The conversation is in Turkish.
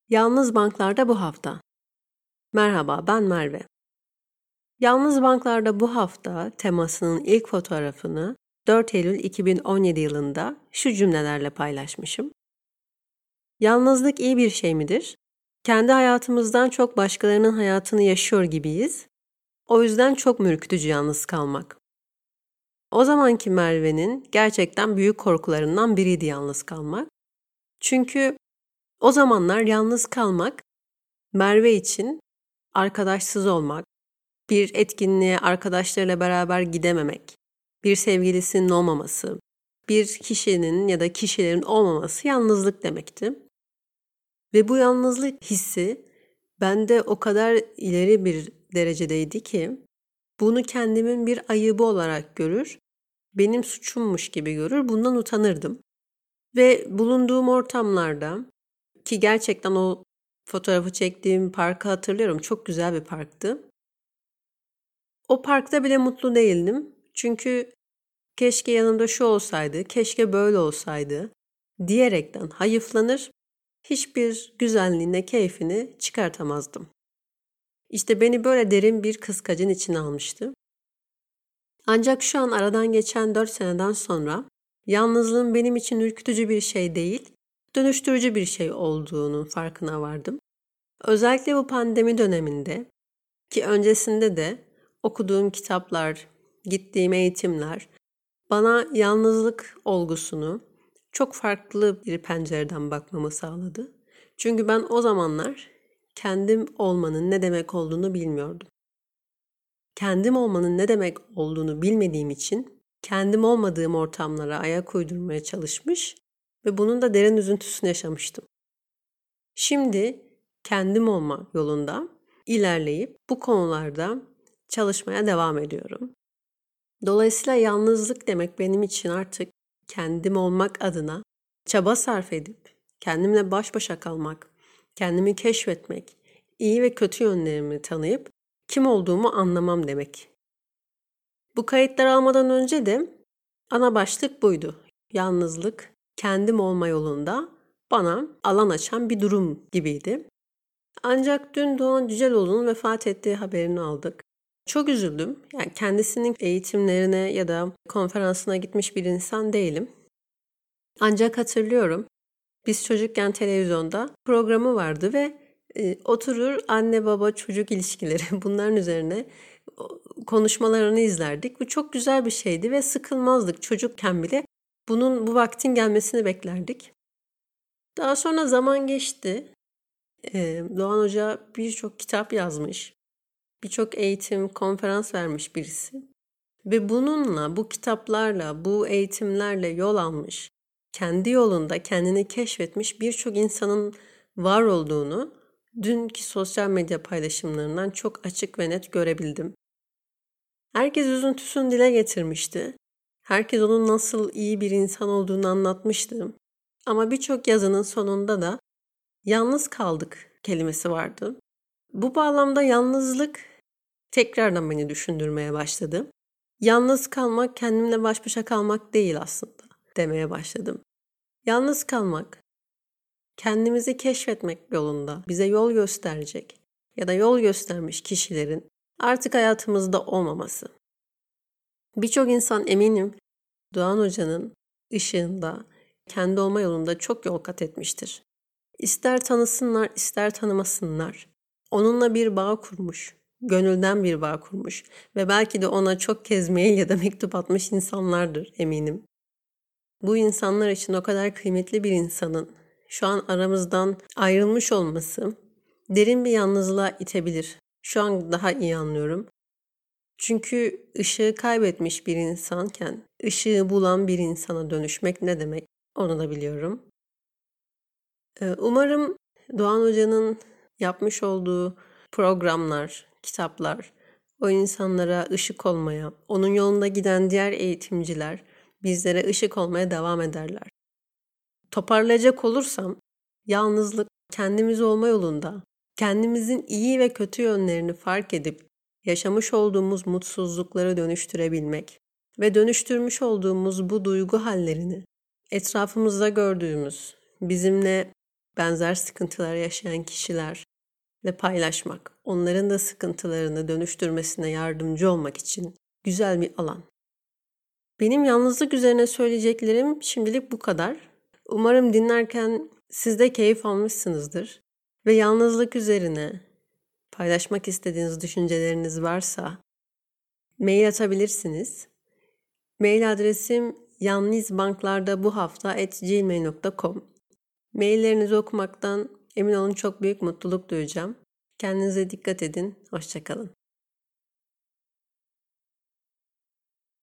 Yalnız Banklarda bu hafta. Merhaba, ben Merve. Yalnız Banklarda bu hafta temasının ilk fotoğrafını 4 Eylül 2017 yılında şu cümlelerle paylaşmışım. Yalnızlık iyi bir şey midir? Kendi hayatımızdan çok başkalarının hayatını yaşıyor gibiyiz. O yüzden çok ürkütücü yalnız kalmak. O zamanki Merve'nin gerçekten büyük korkularından biriydi yalnız kalmak. Çünkü o zamanlar yalnız kalmak Merve için arkadaşsız olmak, bir etkinliğe arkadaşlarıyla beraber gidememek, bir sevgilisinin olmaması, bir kişinin ya da kişilerin olmaması yalnızlık demekti. Ve bu yalnızlık hissi bende o kadar ileri bir derecedeydi ki bunu kendimin bir ayıbı olarak görür, benim suçummuş gibi görür, bundan utanırdım. Ve bulunduğum ortamlarda ki gerçekten o fotoğrafı çektiğim parkı hatırlıyorum. Çok güzel bir parktı. O parkta bile mutlu değildim. Çünkü keşke yanımda şu olsaydı, keşke böyle olsaydı diyerekten hayıflanır, hiçbir güzelliğine, keyfini çıkartamazdım. İşte beni böyle derin bir kıskacın içine almıştı. Ancak şu an aradan geçen 4 seneden sonra yalnızlığın benim için ürkütücü bir şey değil, dönüştürücü bir şey olduğunun farkına vardım. Özellikle bu pandemi döneminde ki öncesinde de okuduğum kitaplar, gittiğim eğitimler bana yalnızlık olgusunu çok farklı bir pencereden bakmamı sağladı. Çünkü ben o zamanlar kendim olmanın ne demek olduğunu bilmiyordum. Kendim olmanın ne demek olduğunu bilmediğim için kendim olmadığım ortamlara ayak uydurmaya çalışmış ve bunun da derin üzüntüsünü yaşamıştım. Şimdi kendim olma yolunda ilerleyip bu konularda çalışmaya devam ediyorum. Dolayısıyla yalnızlık demek benim için artık kendim olmak adına çaba sarf edip kendimle baş başa kalmak, kendimi keşfetmek, iyi ve kötü yönlerimi tanıyıp kim olduğumu anlamam demek. Bu kayıtları almadan önce de ana başlık buydu. Yalnızlık, kendim olma yolunda bana alan açan bir durum gibiydi. Ancak dün Doğan Cüceloğlu'nun vefat ettiği haberini aldık. Çok üzüldüm. Yani kendisinin eğitimlerine ya da konferansına gitmiş bir insan değilim. Ancak hatırlıyorum. Biz çocukken televizyonda programı vardı ve oturur anne baba çocuk ilişkileri bunların üzerine konuşmalarını izlerdik. Bu çok güzel bir şeydi ve sıkılmazdık. Çocukken bile bu vaktin gelmesini beklerdik. Daha sonra zaman geçti. Doğan Hoca birçok kitap yazmış. Birçok eğitim, konferans vermiş birisi. Ve bununla, bu kitaplarla, bu eğitimlerle yol almış, kendi yolunda kendini keşfetmiş birçok insanın var olduğunu dünkü sosyal medya paylaşımlarından çok açık ve net görebildim. Herkes üzüntüsünü dile getirmişti. Herkes onun nasıl iyi bir insan olduğunu anlatmıştı. Ama birçok yazının sonunda da yalnız kaldık kelimesi vardı. Bu bağlamda yalnızlık tekrardan beni düşündürmeye başladı. Yalnız kalmak kendimle baş başa kalmak değil aslında demeye başladım. Yalnız kalmak kendimizi keşfetmek yolunda bize yol gösterecek ya da yol göstermiş kişilerin artık hayatımızda olmaması. Birçok insan eminim Doğan Hoca'nın ışığında kendi olma yolunda çok yol kat etmiştir. İster tanısınlar, ister tanımasınlar. Onunla bir bağ kurmuş, gönülden bir bağ kurmuş ve belki de ona çok kez mail ya da mektup atmış insanlardır eminim. Bu insanlar için o kadar kıymetli bir insanın şu an aramızdan ayrılmış olması derin bir yalnızlığa itebilir. Şu an daha iyi anlıyorum. Çünkü ışığı kaybetmiş bir insanken ışığı bulan bir insana dönüşmek ne demek onu da biliyorum. Umarım Doğan Hoca'nın yapmış olduğu programlar, kitaplar o insanlara ışık olmaya, onun yolunda giden diğer eğitimciler bizlere ışık olmaya devam ederler. Toparlayacak olursam, yalnızlık kendimiz olma yolunda, kendimizin iyi ve kötü yönlerini fark edip yaşamış olduğumuz mutsuzlukları dönüştürebilmek ve dönüştürmüş olduğumuz bu duygu hallerini etrafımızda gördüğümüz, bizimle benzer sıkıntılar yaşayan kişilerle paylaşmak, onların da sıkıntılarını dönüştürmesine yardımcı olmak için güzel bir alan. Benim yalnızlık üzerine söyleyeceklerim şimdilik bu kadar. Umarım dinlerken siz de keyif almışsınızdır ve yalnızlık üzerine paylaşmak istediğiniz düşünceleriniz varsa mail atabilirsiniz. Mail adresim yalnızbanklardabuhafta@gmail.com. Maillerinizi okumaktan emin olun çok büyük mutluluk duyacağım. Kendinize dikkat edin. Hoşça kalın.